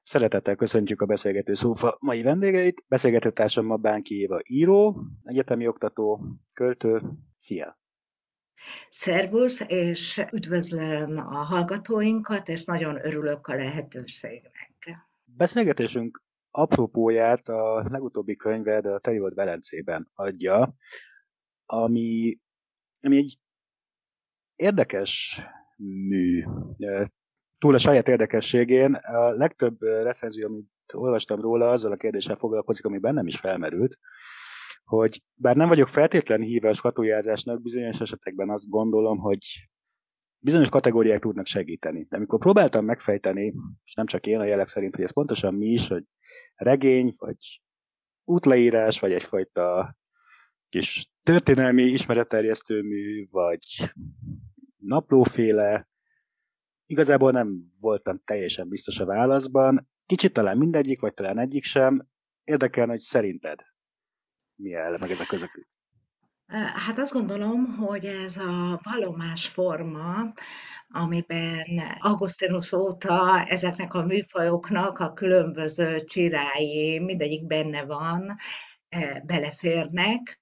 Szeretettel köszöntjük a Beszélgető Szófa mai vendégeit. Beszélgető társam ma Bánki Éva író, egyetemi oktató, költő. Szia! Szervusz, és üdvözlöm a hallgatóinkat, és nagyon örülök a lehetőségnek. Beszélgetésünk apropóját a legutóbbi könyved a Teli volt Velencében adja, ami, ami egy érdekes mű. Túl a saját érdekességén a legtöbb recenzió, amit olvastam róla, azzal a kérdéssel foglalkozik, ami bennem is felmerült, hogy bár nem vagyok feltétlen híve a skatujázásnak, bizonyos esetekben azt gondolom, hogy bizonyos kategóriák tudnak segíteni. De amikor próbáltam megfejteni, és nem csak én a jelek szerint, hogy ez pontosan mi is, hogy regény, vagy útleírás, vagy egyfajta kis történelmi ismeretterjesztő mű, vagy naplóféle, igazából nem voltam teljesen biztos a válaszban. Kicsit talán mindegyik, vagy talán egyik sem. Érdekelne, hogy szerinted mi áll meg ezek között. Hát azt gondolom, hogy ez a vallomásforma, amiben Augustinus óta ezeknek a műfajoknak a különböző csirái, mindegyik benne van, beleférnek,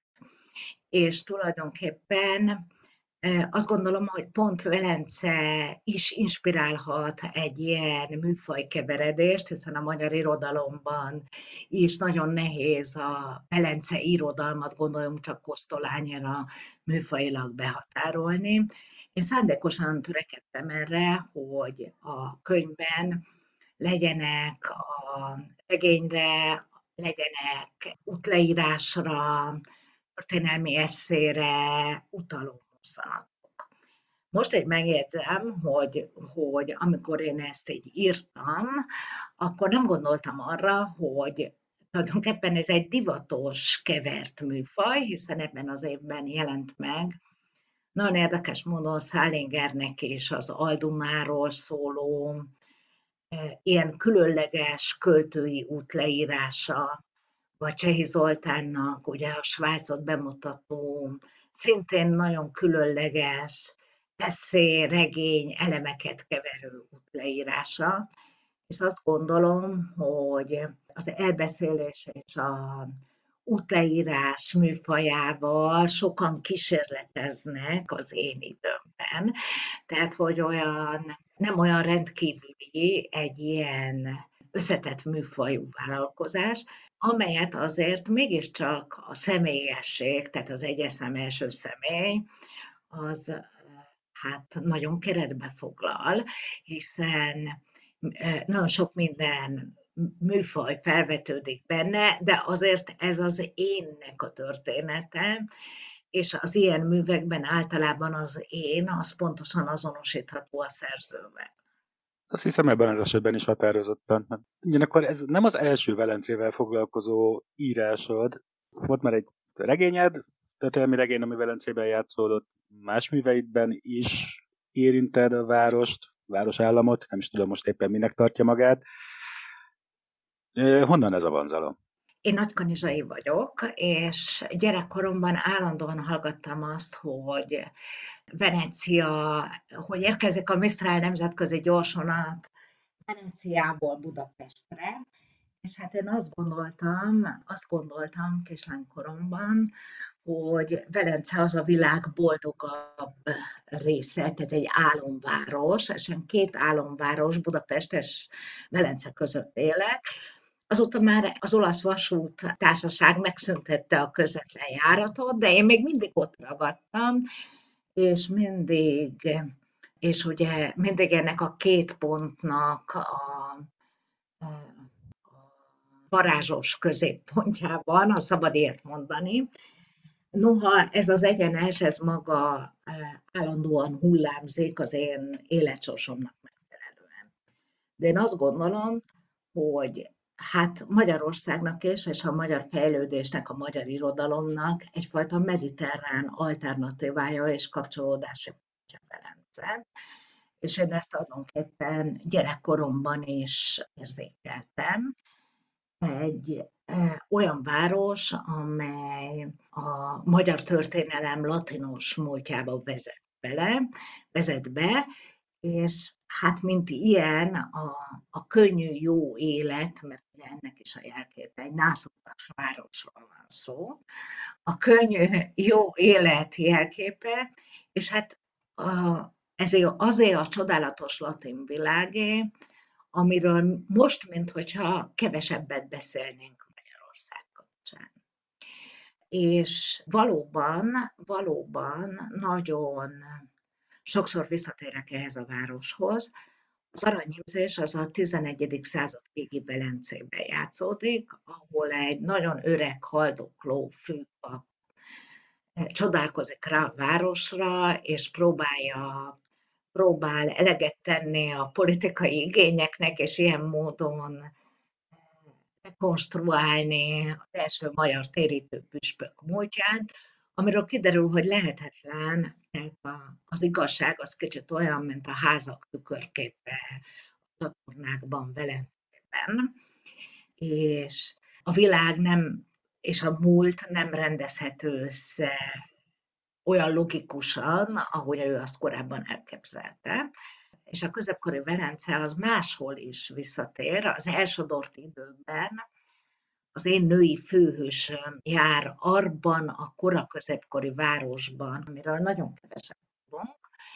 és tulajdonképpen azt gondolom, hogy pont Velence is inspirálhat egy ilyen műfajkeveredést, hiszen a magyar irodalomban is nagyon nehéz a Velence irodalmat, gondoljunk csak Kosztolányra műfajilag behatárolni. Én szándékosan törekedtem erre, hogy a könyvben legyenek a regényre, legyenek útleírásra, történelmi esszére utaló mozzanatok. Most egy megjegyzem, hogy amikor én ezt így írtam, akkor nem gondoltam arra, hogy tulajdonképpen ez egy divatos, kevert műfaj, hiszen ebben az évben jelent meg nagyon érdekes módon Szálingernek és az Aldumáról szóló ilyen különleges költői útleírása, vagy Csehi Zoltánnak ugye a Svájcot bemutató, szintén nagyon különleges esszé, regény, elemeket keverő útleírása, és azt gondolom, hogy az elbeszélés és a útleírás műfajával sokan kísérleteznek az én időmben. Tehát, hogy nem olyan rendkívüli egy ilyen összetett műfajú vállalkozás, amelyet azért mégiscsak a személyesség, tehát az egyes személy, az hát nagyon keretbe foglal, hiszen nagyon sok minden műfaj felvetődik benne, de azért ez az énnek a története, és az ilyen művekben általában az én, az pontosan azonosítható a szerzővel. Azt hiszem ebben az esetben is határozottan. Ugyanakkor ez nem az első Velencével foglalkozó írásod. Volt már egy regényed, történelmi regény, ami Velencében játszódott, más műveidben is érinted a várost, városállamot, nem is tudom most éppen minek tartja magát. Honnan ez a vonzalom? Én nagykanizsai vagyok, és gyerekkoromban állandóan hallgattam azt, hogy Venecia, hogy érkezik a Mistral nemzetközi gyorsvonat Veneciából Budapestre, és hát én azt gondoltam kislánykoromban, hogy Velence az a világ boldogabb része, tehát egy álomváros, és én két álomváros, Budapest és Velence között élek. Azóta már az olasz vasút társaság megszüntette a közvetlen járatot, de én még mindig ott ragadtam, és mindig ennek a két pontnak a varázsos középpontjában, ha szabad ilyet mondani. Noha ez az egyenes, ez maga állandóan hullámzik az én életsorsomnak megfelelően. De én azt gondolom, hogy hát Magyarországnak is, és a magyar fejlődésnek, a magyar irodalomnak egyfajta mediterrán alternatívája és kapcsolódási pontja Velence. És én ezt tulajdonképpen gyerekkoromban is érzékeltem. Egy olyan város, amely a magyar történelem latinos múltjába vezet be, és hát mint ilyen a könnyű jó élet, mert ugye ennek is a jelképe, egy nászutas városról van szó, a könnyű jó élet jelképe, és hát ezért azért a csodálatos latin világé, amiről most, minthogyha kevesebbet beszélnénk Magyarország kapcsán. És valóban nagyon sokszor visszatérek ehhez a városhoz. Az aranyhímzés az a 11. század végi Velencében játszódik, ahol egy nagyon öreg, haldokló főpap csodálkozik rá a városra, és próbál eleget tenni a politikai igényeknek, és ilyen módon rekonstruálni az első magyar térítő püspök múltját, amiről kiderül, hogy lehetetlen, mert az igazság az kicsit olyan, mint a házak tükörképe a csatornákban, Velencében, és a világ nem, és a múlt nem rendezhető össze olyan logikusan, ahogy ő azt korábban elképzelte. És a középkori Velence az máshol is visszatér. Az elsodort időben az én női főhősöm jár arban a kora középkori városban, amiről nagyon keveset tudunk,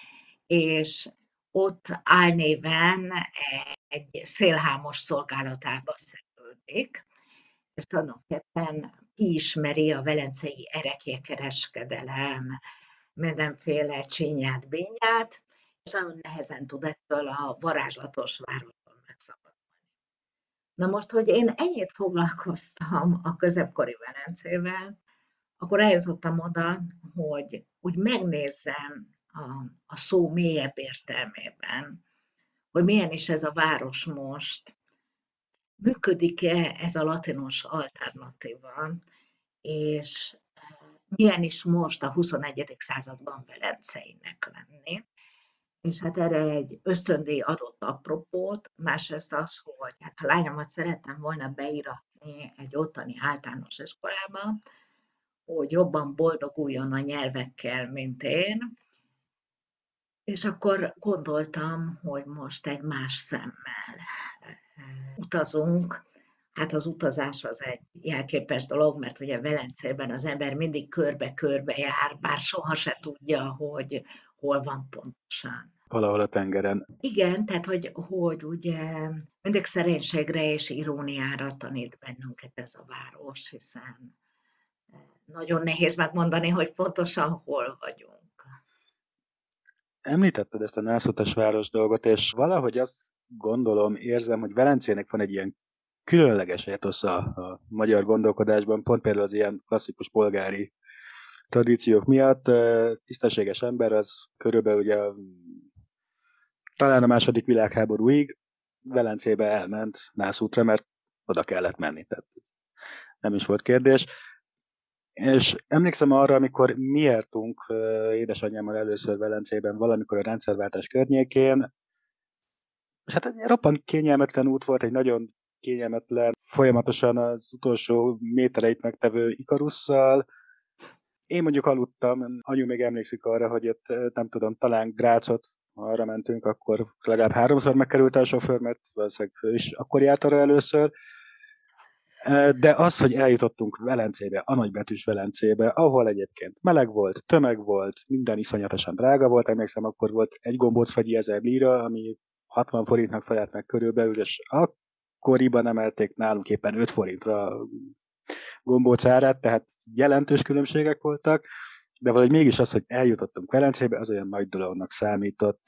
és ott álnéven egy szélhámos szolgálatába szerződik, és tulajdonképpen kiismeri a velencei ereklykereskedelem mindenféle csinyát, bényát, és nagyon nehezen tud ettől a varázslatos városból megszabadulni. Na most, hogy én ennyit foglalkoztam a középkori Velencével, akkor eljutottam oda, hogy úgy megnézzem a szó mélyebb értelmében, hogy milyen is ez a város most, működik-e ez a latinos alternatíva, és milyen is most a 21. században velenceinek lenni. És hát erre egy ösztöndíj adott apropót, másrészt az, hogy hát a lányomat szerettem volna beiratni egy ottani általános iskolába, hogy jobban boldoguljon a nyelvekkel, mint én, és akkor gondoltam, hogy most egy más szemmel utazunk. Hát az utazás az egy jelképes dolog, mert ugye Velencében az ember mindig körbe-körbe jár, bár soha se tudja, hogy hol van pontosan. Valahol a tengeren. Igen, tehát hogy ugye mindig szerénységre és iróniára tanít bennünket ez a város, hiszen nagyon nehéz megmondani, hogy pontosan hol vagyunk. Említetted ezt a nászutas város dolgot, és valahogy azt gondolom, érzem, hogy Velencének van egy ilyen különleges etosza a magyar gondolkodásban, pont például az ilyen klasszikus polgári tradíciók miatt. Tisztességes ember az körülbelül ugye talán a második világháborúig Velencébe elment nászútra, mert oda kellett menni, tehát nem is volt kérdés. És emlékszem arra, amikor mi jártunk édesanyámmal először Velencében valamikor a rendszerváltás környékén, és hát egy roppant kényelmetlen út volt, egy nagyon kényelmetlen, folyamatosan az utolsó métereit megtevő Ikarusszal. Én mondjuk aludtam, anyu még emlékszik arra, hogy ott nem tudom, talán Grácot, ha arra mentünk, akkor legalább 3-szor megkerült a sofőr, mert valószínűleg ő is akkor járt arra először. De az, hogy eljutottunk Velencébe, a nagybetűs Velencébe, ahol egyébként meleg volt, tömeg volt, minden iszonyatosan drága volt, emlékszem, akkor volt egy gombócfagyi 1000 lira, ami 60 forintnak felelt meg körülbelül, és akkoriban emelték nálunk éppen 5 forintra a gombóc árát, tehát jelentős különbségek voltak, de valahogy mégis az, hogy eljutottunk Velencébe, az olyan nagy dolognak számított.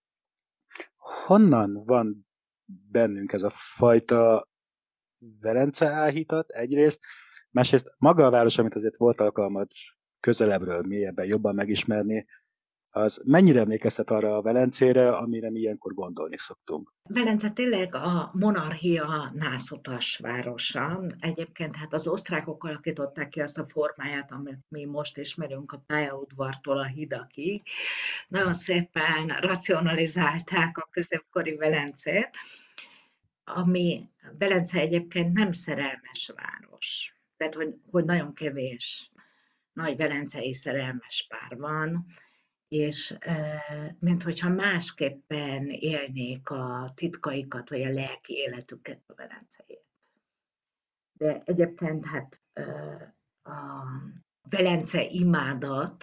Honnan van bennünk ez a fajta Velence áhítat egyrészt, másrészt maga a város, amit azért volt alkalmad közelebbről, mélyebben, jobban megismerni, az mennyire emlékeztet arra a Velencére, amire mi ilyenkor gondolni szoktunk? Velence tényleg a monarchia nászutas városa. Egyébként hát az osztrákok alakították ki azt a formáját, amit mi most ismerünk a pályaudvartól a hidakig. Nagyon szépen racionalizálták a középkori Velencét, ami Velence egyébként nem szerelmes város. Tehát, hogy nagyon kevés nagy velencei szerelmes pár van, és mint hogyha másképpen élnék a titkaikat, vagy a lelki életüket a Velenceiek. De egyébként hát a Velence imádat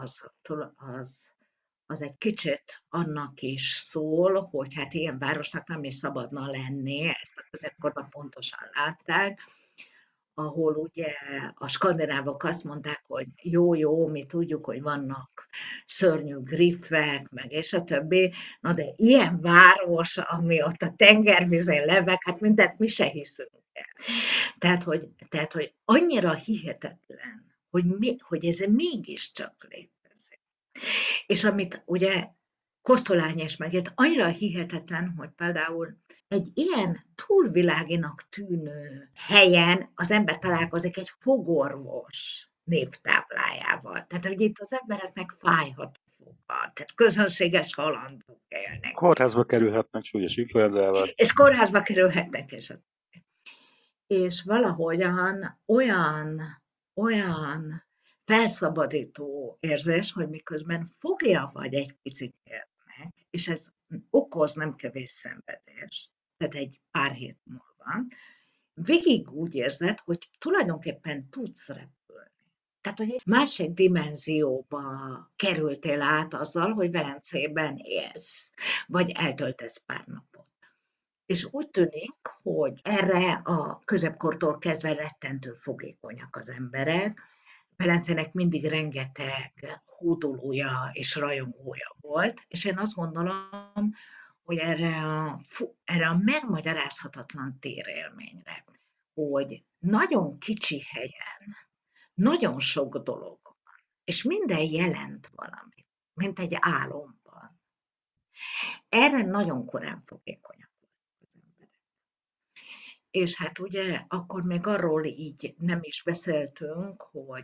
az egy kicsit annak is szól, hogy hát ilyen városnak nem is szabadna lenni, ezt a középkorban pontosan látták, ahol ugye a skandinávok azt mondták, hogy jó, mi tudjuk, hogy vannak szörnyű griffek, meg és a többi, na de ilyen város, ami ott a tengervízén leveg, hát mindent mi se hiszünk el. Tehát, hogy annyira hihetetlen, hogy ez mégiscsak létezik. És amit ugye Kosztolányi is megért, annyira hihetetlen, hogy például egy ilyen túlviláginak tűnő helyen az ember találkozik egy fogorvos névtáblájával. Tehát, hogy itt az embereknek fájhat a foga, tehát közönséges halandók élnek. Kórházba kerülhetnek súlyos influenzával. És kórházba kerülhetnek, és valahogyan olyan felszabadító érzés, hogy miközben fogja vagy egy picit érnek, és ez okoz nem kevés szenvedést, tehát egy pár hét múlva, végig úgy érzed, hogy tulajdonképpen tudsz repülni. Tehát, hogy egy másik dimenzióba kerültél át azzal, hogy Velencében élsz, vagy eltöltesz pár napot. És úgy tűnik, hogy erre a középkortól kezdve rettentő fogékonyak az emberek. Velencének mindig rengeteg hódolója és rajongója volt, és én azt gondolom, hogy erre a megmagyarázhatatlan térélményre, hogy nagyon kicsi helyen nagyon sok dolog van, és minden jelent valamit, mint egy álomban. Erre nagyon korán fogékonyak voltak az emberek. És hát ugye akkor még arról így nem is beszéltünk,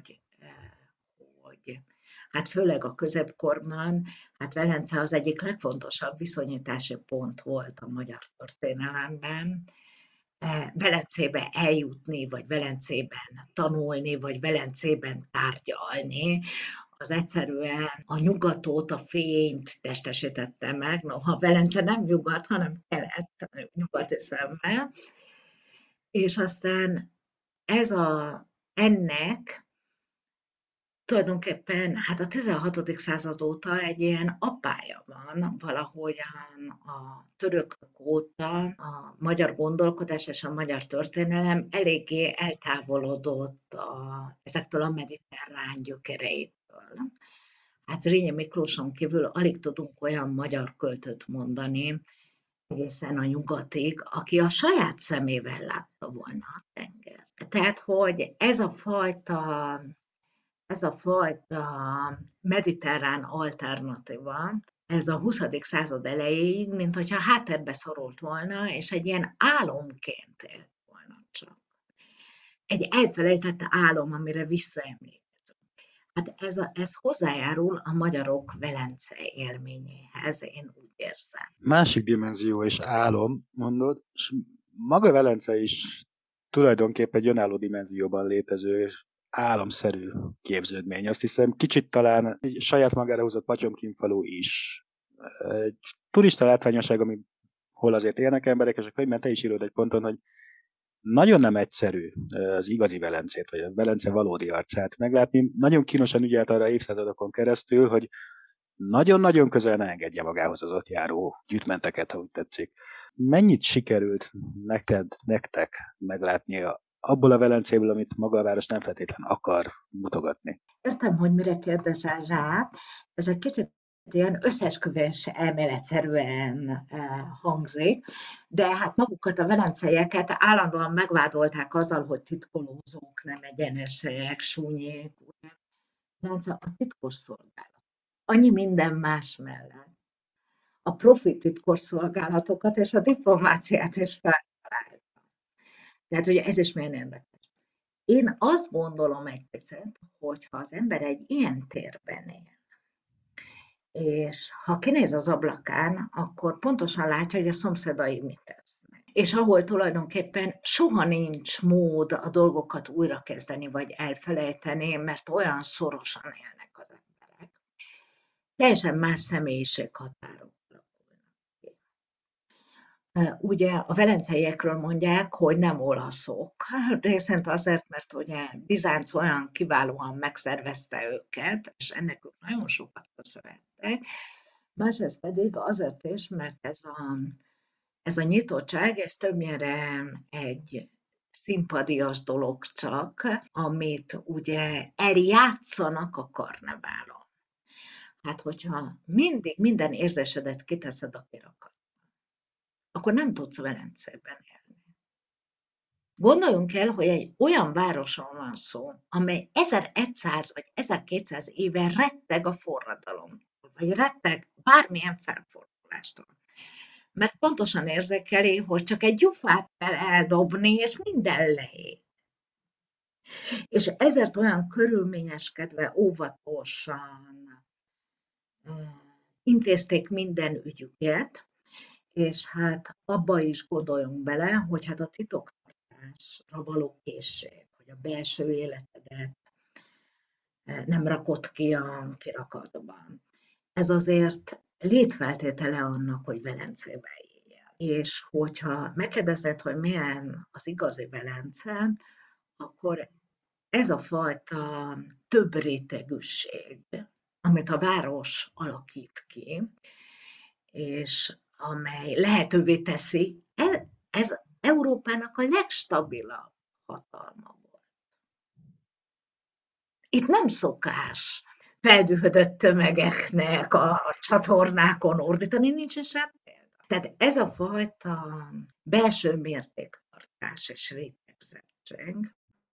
hogy hát főleg a középkorban, hát Velence az egyik legfontosabb viszonyítási pont volt a magyar történelemben. Velencébe eljutni, vagy Velencében tanulni, vagy Velencében tárgyalni, az egyszerűen a nyugatot, a fényt testesítette meg, noha Velence nem nyugat, hanem kelet, nyugati szemmel, és aztán ennek tulajdonképpen hát a 16. század óta egy ilyen apája van valahogyan a törökök óta a magyar gondolkodás és a magyar történelem eléggé eltávolodott ezektől a mediterrán gyökereitől. Hát Zrínyi Miklóson kívül alig tudunk olyan magyar költőt mondani, egészen a nyugatig, aki a saját szemével látta volna a tenger. Tehát, hogy ez a fajta mediterrán alternatíva, ez a 20. század elejéig, mint hogyha háttérbe szorult volna, és egy ilyen álomként élt volna csak. Egy elfelejtett álom, amire visszaemlékezünk. Hát ez hozzájárul a magyarok Velence élményéhez, én úgy érzem. Másik dimenzió és álom, mondod, és maga Velence is tulajdonképpen egy önálló dimenzióban létező és álomszerű képződmény. Azt hiszem, kicsit talán egy saját magára hozott Patyomkinfalu is. Egy turista látványosság, ami hol azért élnek emberek, és a könyvben te is írod egy ponton, hogy nagyon nem egyszerű az igazi Velencét, vagy a Velence valódi arcát meglátni. Nagyon kínosan ügyelt arra évszázadokon keresztül, hogy nagyon-nagyon közel ne engedje magához az ott járó gyűjtmenteket, ha úgy tetszik. Mennyit sikerült nektek meglátni abból a Velencéből, amit maga a város nem feltétlen akar mutogatni? Értem, hogy mire kérdezel rá. Ez egy kicsit ilyen összeesküvés elméletszerűen hangzik, de hát magukat a velenceieket állandóan megvádolták azzal, hogy titkolózók, nem egyenesek, súnyék. Velence a titkos szolgálat. Annyi minden más mellett. A profi titkos szolgálatokat és a diplomáciát is feltalálta. Tehát ugye ez is milyen érdekes. Én azt gondolom egy picit, hogyha az ember egy ilyen térben él, és ha kinéz az ablakán, akkor pontosan látja, hogy a szomszédai mit tesznek. És ahol tulajdonképpen soha nincs mód a dolgokat újrakezdeni vagy elfelejteni, mert olyan szorosan élnek az emberek. teljesen más személyiséghatárok alakulnak ki. Ugye a velenceiekről mondják, hogy nem olaszok. Részint azért, mert ugye Bizánc olyan kiválóan megszervezte őket, és ennek ők nagyon sokat köszönhettek. Másrészt pedig azért is, mert ez a nyitottság, ez többnyire egy szimpadias dolog csak, amit ugye eljátszanak a karneválon. Hát, hogyha mindig minden érzésedet kiteszed a kirakatba, akkor nem tudsz Velencében élni. Gondoljunk el, hogy egy olyan városról van szó, amely 1100 vagy 1200 éve retteg a forradalomtól, vagy retteg bármilyen felfordulástól. Mert pontosan érzékeli, hogy csak egy gyufát kell eldobni, és minden leég. És ezért olyan körülményeskedve, óvatosan intézték minden ügyüket, és hát abba is gondoljunk bele, hogy hát a titoktartásra való készség, hogy a belső életedet nem rakott ki a kirakatban. Ez azért létfeltétele annak, hogy Velencében éljél. És hogyha megkérdezed, hogy milyen az igazi Velence, akkor ez a fajta több rétegűség, amit a város alakít ki, és amely lehetővé teszi, ez Európának a legstabilabb hatalma volt. Itt nem szokás feldühödött tömegeknek a csatornákon ordítani, nincs is rá példa. Tehát ez a fajta belső mértéktartás és rétegzettség,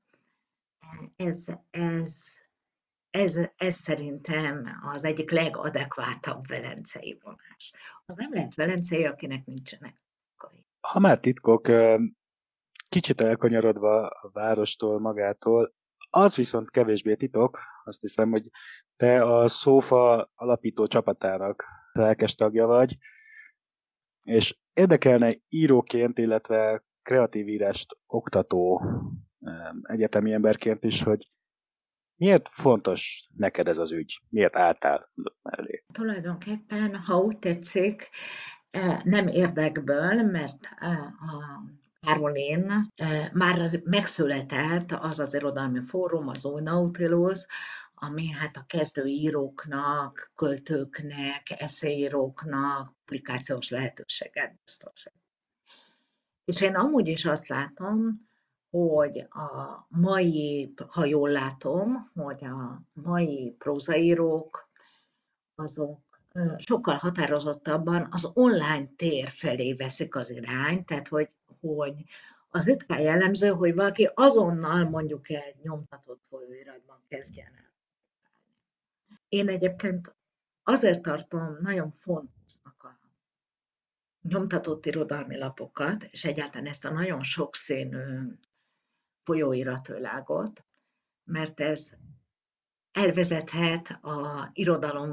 ez szerintem az egyik legadekvátabb velencei vonás. Az nem lehet velencei, akinek nincsenek titkai. Ha már titkok, kicsit elkanyarodva a várostól magától, az viszont kevésbé titok, azt hiszem, hogy te a Szófa alapító csapatának lelkes tagja vagy, és érdekelne íróként, illetve kreatív írást oktató egyetemi emberként is, hogy miért fontos neked ez az ügy? Miért álltál mellé? Tulajdonképpen, ha úgy tetszik, nem érdekből, mert a Károlén már megszületett az az irodalmi fórum, az új Nautilus, ami hát a kezdő íróknak, költőknek, eszéíróknak publikációs lehetőséget biztosít. És én amúgy is azt látom, hogy a mai, ha jól látom, hogy a mai prózaírók azok sokkal határozottabban az online tér felé veszik az irányt, tehát hogy az ritkán jellemző, hogy valaki azonnal mondjuk egy nyomtatott folyóiratban kezdjen el. Én egyébként azért tartom nagyon fontosnak a nyomtatott irodalmi lapokat, és egyáltalán ezt a nagyon sokszínű folyóiratvilágot, mert ez elvezethet a irodalom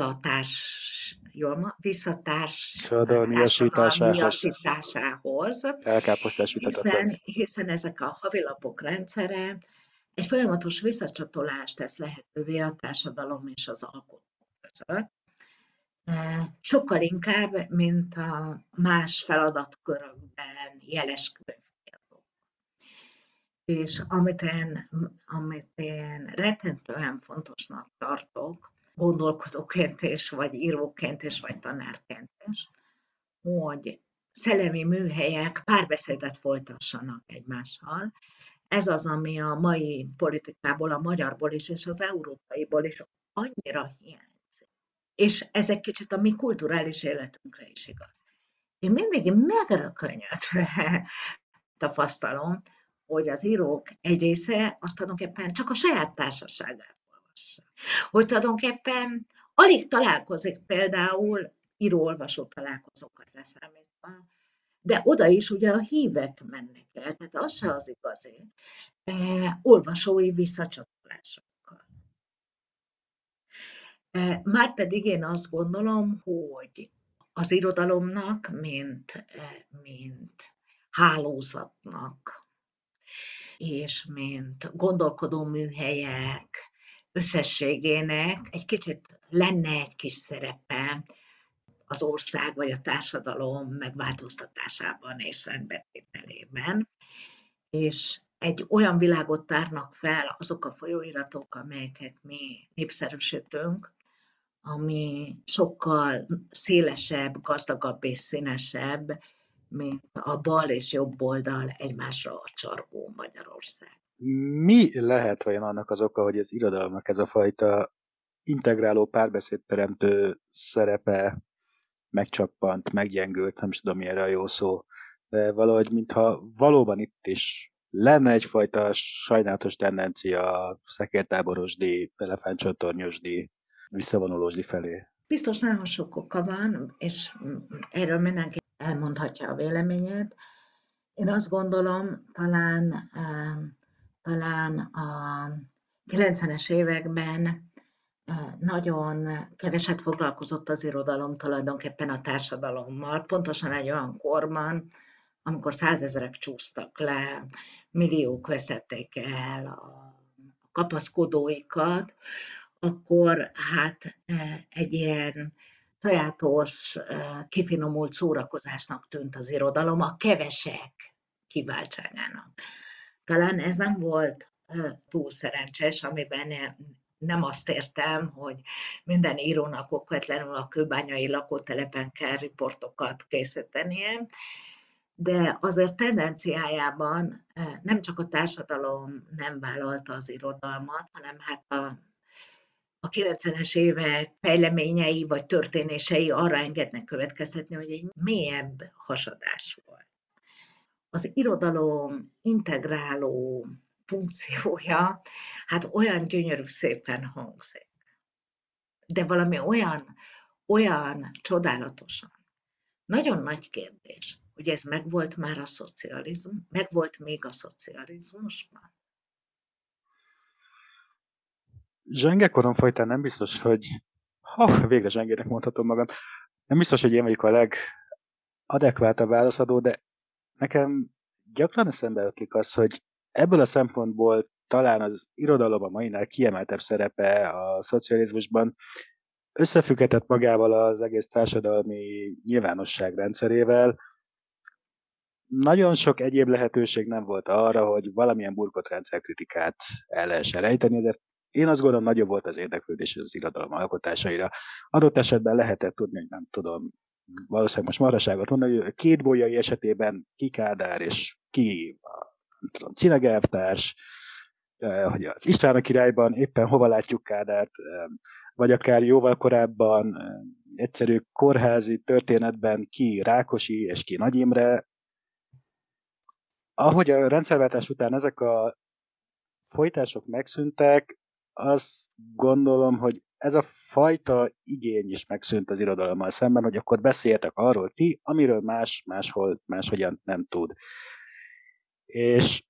Társadalmiasításához. Elkáposztásítatatlan. Hiszen ezek a havilapok rendszere egy folyamatos visszacsatolást tesz lehetővé a társadalom és az alkotó között. Sokkal inkább, mint a más feladatkörökben jeles könyvkiadók. És amit én rettentően fontosnak tartok, gondolkodóként is, vagy íróként is, vagy tanárként is, hogy szellemi műhelyek párbeszédet folytassanak egymással. Ez az, ami a mai politikából, a magyarból is, és az európaiból is annyira hiányzik. És ez egy kicsit a mi kulturális életünkre is igaz. Én mindig megrökönyödve tapasztalom, hogy az írók egy része azt tulajdonképpen csak a saját társaságát olvassa. Hogy tulajdonképpen alig találkozik például író-olvasó találkozókat leszámítva, de oda is ugye a hívek mennek el, tehát az se az igazi, olvasói visszacsatolásokkal. Márpedig én azt gondolom, hogy az irodalomnak, mint hálózatnak, és mint gondolkodó műhelyek, összességének egy kicsit lenne egy kis szerepe az ország vagy a társadalom megváltoztatásában és rendbetételében, és egy olyan világot tárnak fel azok a folyóiratok, amelyeket mi népszerűsítünk, ami sokkal szélesebb, gazdagabb és színesebb, mint a bal és jobb oldal egymásra csargó Magyarország. Mi lehet vajon annak az oka, hogy az irodalomnak ez a fajta integráló, párbeszédteremtő szerepe megcsappant, meggyengült, nem is tudom, mi erre a jó szó, de valahogy, mintha valóban itt is lenne egyfajta sajnálatos tendencia a szekértáborosdi, elefántcsontornyosdi, visszavonulósdi felé. Biztos nagyon sok oka van, és erről mindenki elmondhatja a véleményét. Én azt gondolom, talán a 90-es években nagyon keveset foglalkozott az irodalom tulajdonképpen a társadalommal, pontosan egy olyan korban, amikor százezrek csúsztak le, milliók veszették el a kapaszkodóikat, akkor hát egy ilyen sajátos, kifinomult szórakozásnak tűnt az irodalom a kevesek kiváltságának. Talán ez nem volt túl szerencsés, amiben nem azt értem, hogy minden írónak okvetlenül a kőbányai lakótelepen kell riportokat készítenie, de azért tendenciájában nem csak a társadalom nem vállalta az irodalmat, hanem hát a 90-es évek fejleményei vagy történései arra engednek következtetni, hogy egy mélyebb hasadás volt. Az irodalom integráló funkciója, hát olyan gyönyörű szépen hangzik, de valami olyan csodálatosan. Nagyon nagy kérdés, hogy ez megvolt már a szocializmus, megvolt még a szocializmusban? Zsengekorom folytán nem biztos, hogy végre zsengének mondhatom magam. Nem biztos, hogy én vagyok a legadekvátabb válaszadó, de nekem gyakran eszembe ötlik az, hogy ebből a szempontból talán az irodalom a mainál kiemeltebb szerepe a szocializmusban összefügghetett magával az egész társadalmi nyilvánosság rendszerével. Nagyon sok egyéb lehetőség nem volt arra, hogy valamilyen burkolt rendszerkritikát el lehessen rejteni, ezért én azt gondolom, nagyobb volt az érdeklődés az irodalom alkotásaira. Adott esetben lehetett tudni, hogy nem tudom, valószínűleg most maraságot mondani, hogy Két Bolyai esetében ki Kádár és ki nem tudom, Cinege elvtárs, hogy az István a királyban éppen hova látjuk Kádárt, vagy akár jóval korábban egyszerű kórházi történetben ki Rákosi és ki Nagy Imre. Ahogy a rendszerváltás után ezek a folytások megszűntek, azt gondolom, hogy ez a fajta igény is megszűnt az irodalommal szemben, hogy akkor beszéltek arról ti, amiről máshogyan nem tud. És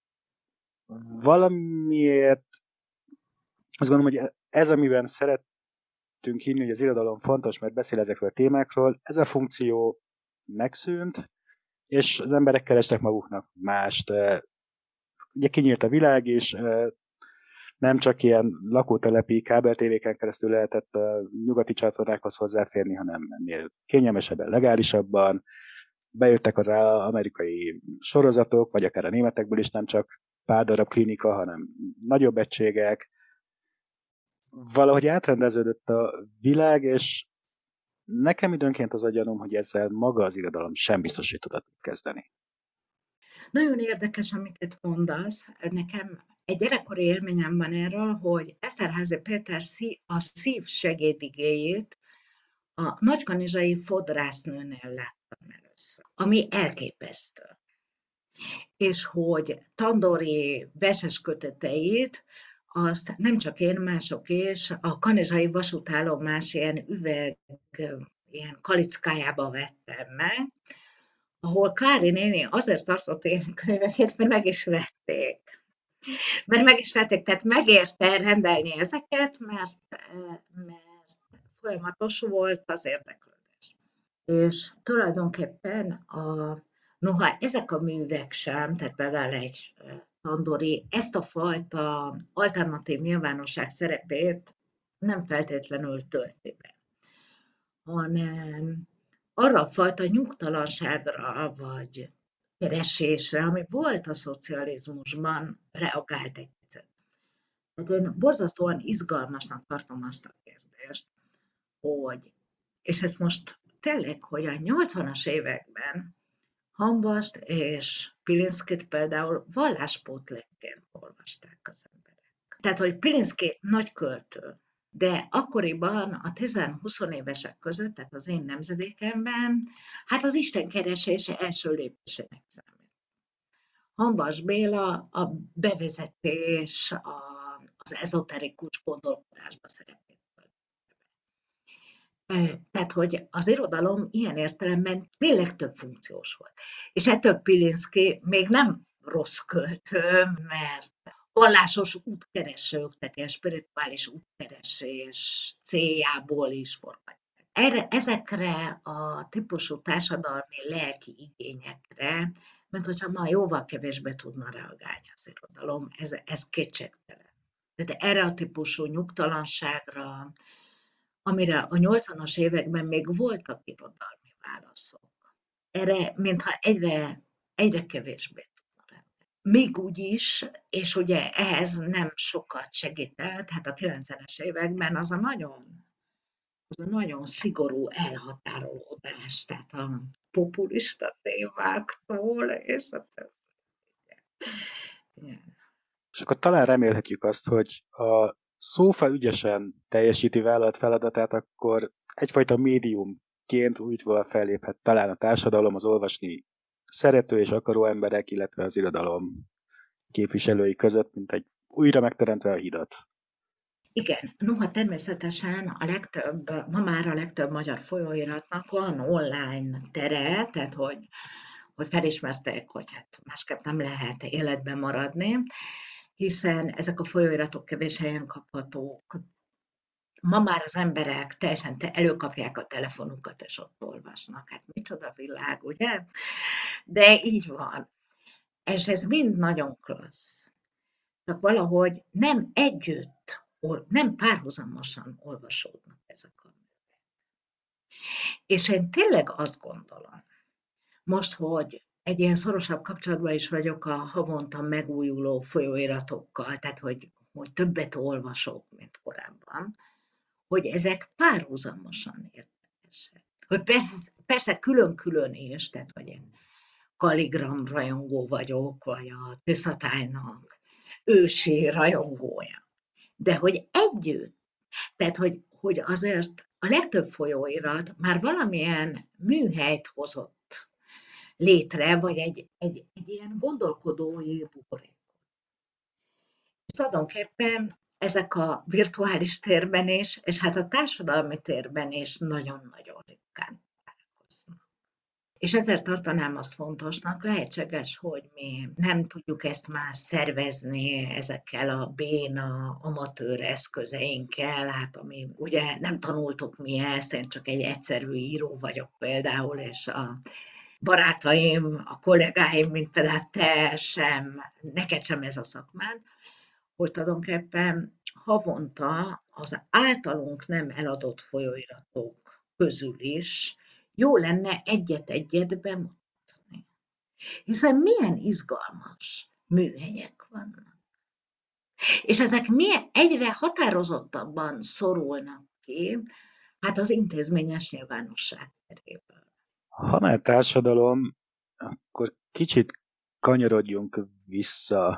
valamiért azt gondolom, hogy ez, amiben szerettünk hinni, hogy az irodalom fontos, mert beszél ezekről a témákról, ez a funkció megszűnt, és az emberek kerestek maguknak mást. Ugye kinyílt a világ, és nem csak ilyen lakótelepi kábeltévéken keresztül lehetett a nyugati csatornákhoz hozzáférni, hanem ennél kényelmesebben, legálisabban. Bejöttek az amerikai sorozatok, vagy akár a németekből is, nem csak pár darab klinika, hanem nagyobb egységek. Valahogy átrendeződött a világ, és nekem időnként az a gyanúm, hogy ezzel maga az irodalom sem biztos, hogy tudott kezdeni. Nagyon érdekes, amiket mondasz. Nekem egy gyerekkori élményem van erről, hogy Eszterházy Péter a szív segédigéjét a nagykanizsai fodrásznőnél láttam először, ami elképesztő. És hogy Tandori verses köteteit, azt nem csak én, mások is, a kanizsai vasútállomás ilyen kalickájába vettem meg, ahol Klári néni azért tartott ilyen könyveket, mert meg is vették. Tehát megérte rendelni ezeket, mert folyamatos volt az érdeklődés. És tulajdonképpen noha ezek a művek sem, tehát például egy Tandori ezt a fajta alternatív nyilvánosság szerepét nem feltétlenül tölti be, hanem arra a fajta nyugtalanságra vagy keresésre, ami volt a szocializmusban, reagált egy picit. Hát én borzasztóan izgalmasnak tartom azt a kérdést, hogy, és ezt most tényleg, hogy a 80-as években Hambast és Pilinszkit például valláspótlékként olvasták az emberek. Tehát, hogy Pilinszki nagy költő, de akkoriban a 10-20 évesek között, tehát az én nemzedékemben, hát az istenkeresés első lépésének számít. Hambas Béla a bevezetés, az ezoterikus gondolkodásba szerepel. Tehát, hogy az irodalom ilyen értelemben tényleg több funkciós volt. És ettől Pilinszky még nem rossz költő, mert vallásos útkeresők, tehát ilyen spirituális útkeresés céljából is forgatják. Ezekre a típusú társadalmi lelki igényekre, mint hogyha ma jóval kevésbé tudna reagálni az irodalom, ez kétségtelen. Tehát erre a típusú nyugtalanságra, amire a 80-as években még voltak irodalmi válaszok. Erre, mintha egyre kevésbé tudna. Még úgy is, és ugye ehhez nem sokat segített, hát a 90-es években az a nagyon szigorú elhatárolódás, tehát a populista témáktól, és a többi. Igen. És akkor talán remélhetjük azt, hogy a szófa ügyesen teljesíti vállalt feladatát, akkor egyfajta médiumként újra felléphet talán a társadalom, az olvasni szerető és akaró emberek, illetve az irodalom képviselői között, mint egy újra megteremtve a hidat. Igen, noha természetesen ma már a legtöbb magyar folyóiratnak van online tere, tehát hogy felismerték, hogy hát másképp nem lehet életben maradni, hiszen ezek a folyóiratok kevés helyen kaphatók. Ma már az emberek teljesen előkapják a telefonukat, és ott olvasnak. Hát micsoda világ, ugye? De így van. És ez mind nagyon klassz. Csak valahogy nem együtt, nem párhuzamosan olvasódnak ezek a művek. És én tényleg azt gondolom, most, hogy egy ilyen szorosabb kapcsolatban is vagyok a havonta megújuló folyóiratokkal, tehát hogy többet olvasok, mint korábban, hogy ezek párhuzamosan érdekesek. Hogy persze külön-külön is, tehát hogy én Kaligram rajongó vagyok, vagy a Tiszatálynak ősi rajongója. De hogy együtt, tehát hogy azért a legtöbb folyóirat már valamilyen műhelyt hozott létre, vagy egy ilyen gondolkodói buborék. Tulajdonképpen ezek a virtuális térben is, és hát a társadalmi térben is nagyon-nagyon ritkán találkoznak. És ezért tartanám azt fontosnak, lehetséges, hogy mi nem tudjuk ezt már szervezni ezekkel a béna, amatőr eszközeinkkel, hát ami ugye nem tanultuk mi ezt, én csak egy egyszerű író vagyok például, és a barátaim, a kollégáim, mint például te sem, neked sem ez a szakmád, hogy tulajdonképpen havonta az általunk nem eladott folyóiratok közül is jó lenne egyet-egyet bemutatni. Hiszen milyen izgalmas műhelyek vannak. És ezek egyre határozottabban szorulnak ki, hát az intézményes nyilvánosság teréből. Ha már társadalom, akkor kicsit kanyarodjunk vissza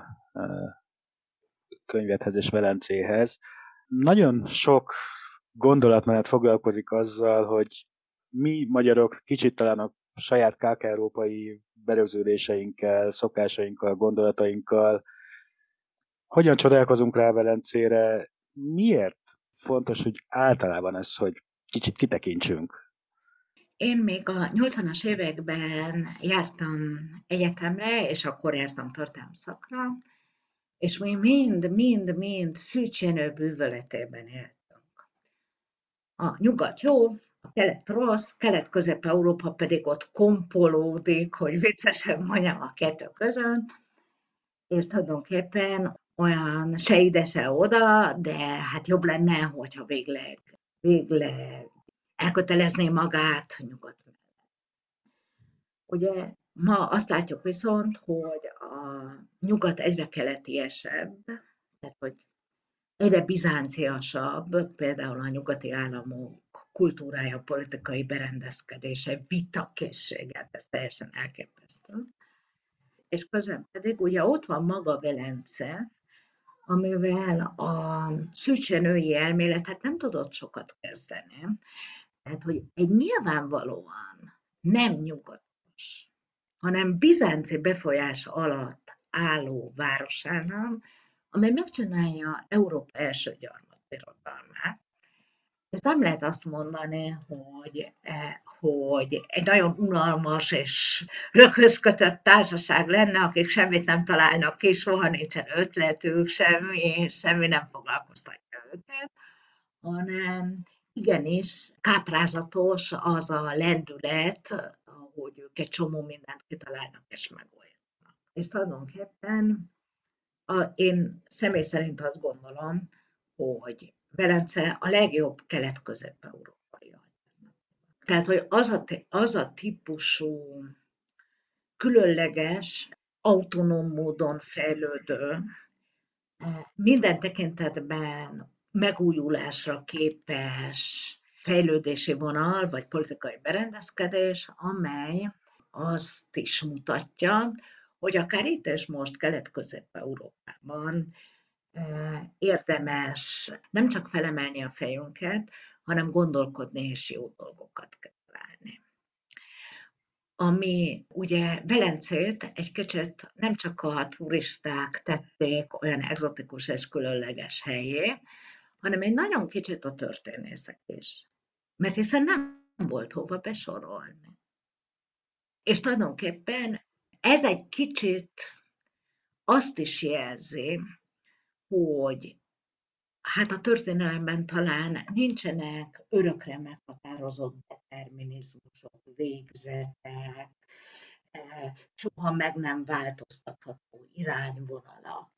könyvedhez és Velencéhez. Nagyon sok gondolatmenet foglalkozik azzal, hogy mi magyarok kicsit talán a saját kák-európai berögződéseinkkel, szokásainkkal, gondolatainkkal hogyan csodálkozunk rá Velencére, miért fontos, hogy általában ez, hogy kicsit kitekintsünk? Én még a 80-as években jártam egyetemre, és akkor jártam történelmi, és mi mind Szűcs-Jenő bűvöletében éltünk. A nyugat jó, a kelet rossz, Kelet-Közép-Európa pedig ott kompolódik, hogy viccesen mondjam, a kettő között, és tulajdonképpen olyan se ide, se oda, de hát jobb lenne, hogyha végleg elkötelezné magát nyugat. Ugye ma azt látjuk viszont, hogy a nyugat egyre keletiesebb, tehát hogy egyre bizánciasabb, például a nyugati államok kultúrája, politikai berendezkedése, vitakészsége, ez teljesen elképesztő. És közben pedig ugye ott van maga Velence, amivel a szűcsenői elméletet nem tudott sokat kezdeni. Tehát, hogy egy nyilvánvalóan nem nyugatos, hanem bizánci befolyás alatt álló városállam, amely megcsinálja Európa első gyarmatbirodalmát. És nem lehet azt mondani, hogy egy nagyon unalmas és röghöz kötött társaság lenne, akik semmit nem találnak ki, soha nincsen ötletük, semmi nem foglalkoztatja őket, hanem igenis káprázatos az a lendület, ahogy ők egy csomó mindent kitalálnak és megoldanak. És tulajdonképpen én személy szerint azt gondolom, hogy Velence a legjobb kelet-közép-európai alternatíva. Tehát, hogy az a típusú különleges, autonóm módon fejlődő, minden tekintetben megújulásra képes fejlődési vonal, vagy politikai berendezkedés, amely azt is mutatja, hogy akár itt és most Kelet-Közép-Európában érdemes nem csak felemelni a fejünket, hanem gondolkodni és jó dolgokat találni. Ami ugye Velencét egy kicsit nem csak a turisták tették olyan egzotikus és különleges helyé, hanem egy nagyon kicsit a történészek is. Mert hiszen nem volt hova besorolni. És tulajdonképpen ez egy kicsit azt is jelzi, hogy hát a történelemben talán nincsenek örökre meghatározott determinizmusok, végzetek, soha meg nem változtatható irányvonalak.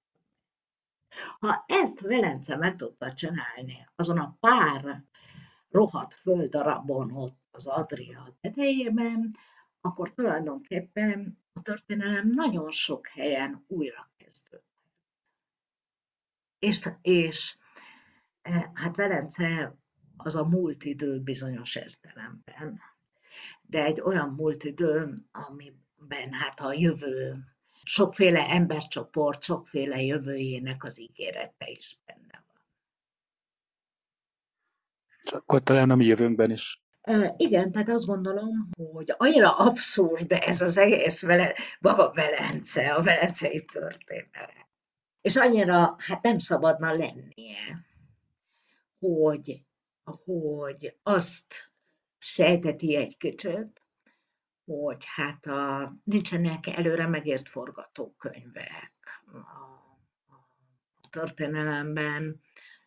Ha ezt Velence meg tudta csinálni azon a pár rohadt földdarabon ott az Adria tetejében, akkor tulajdonképpen a történelem nagyon sok helyen újra kezdődött. És hát Velence az a múlt idő bizonyos értelemben, de egy olyan múlt idő, amiben hát a jövő, sokféle embercsoport, sokféle jövőjének az ígérete is benne van. És akkor talán a mi jövőnkben is. Igen, tehát azt gondolom, hogy annyira abszurd ez az egész maga Velence, a velencei történelem. És annyira hát nem szabadna lennie, hogy azt sejteti egy kicsit, hogy hát nincsenek előre megírt forgatókönyvek a történelemben,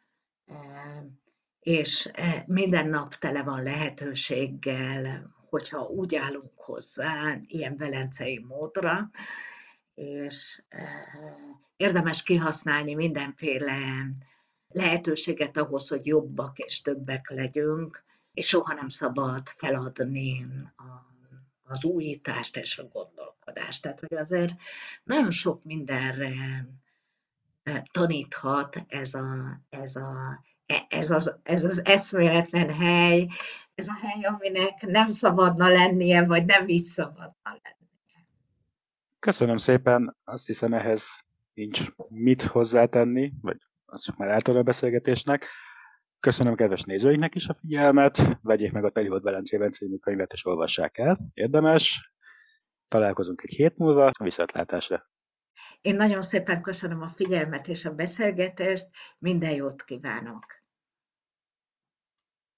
és minden nap tele van lehetőséggel, hogyha úgy állunk hozzá, ilyen velencei módra, és érdemes kihasználni mindenféle lehetőséget ahhoz, hogy jobbak és többek legyünk, és soha nem szabad feladni az újítást és a gondolkodást. Tehát, hogy azért nagyon sok mindenre taníthat ez az eszméletlen hely, ez a hely, aminek nem szabadna lennie, vagy nem így szabadna lennie. Köszönöm szépen, azt hiszem ehhez nincs mit hozzátenni, vagy az csak már által a beszélgetésnek. Köszönöm kedves nézőinknek is a figyelmet, vegyék meg a Telihold Velencében című könyvet és olvassák el, érdemes. Találkozunk egy hét múlva, a viszontlátásra. Én nagyon szépen köszönöm a figyelmet és a beszélgetést, minden jót kívánok!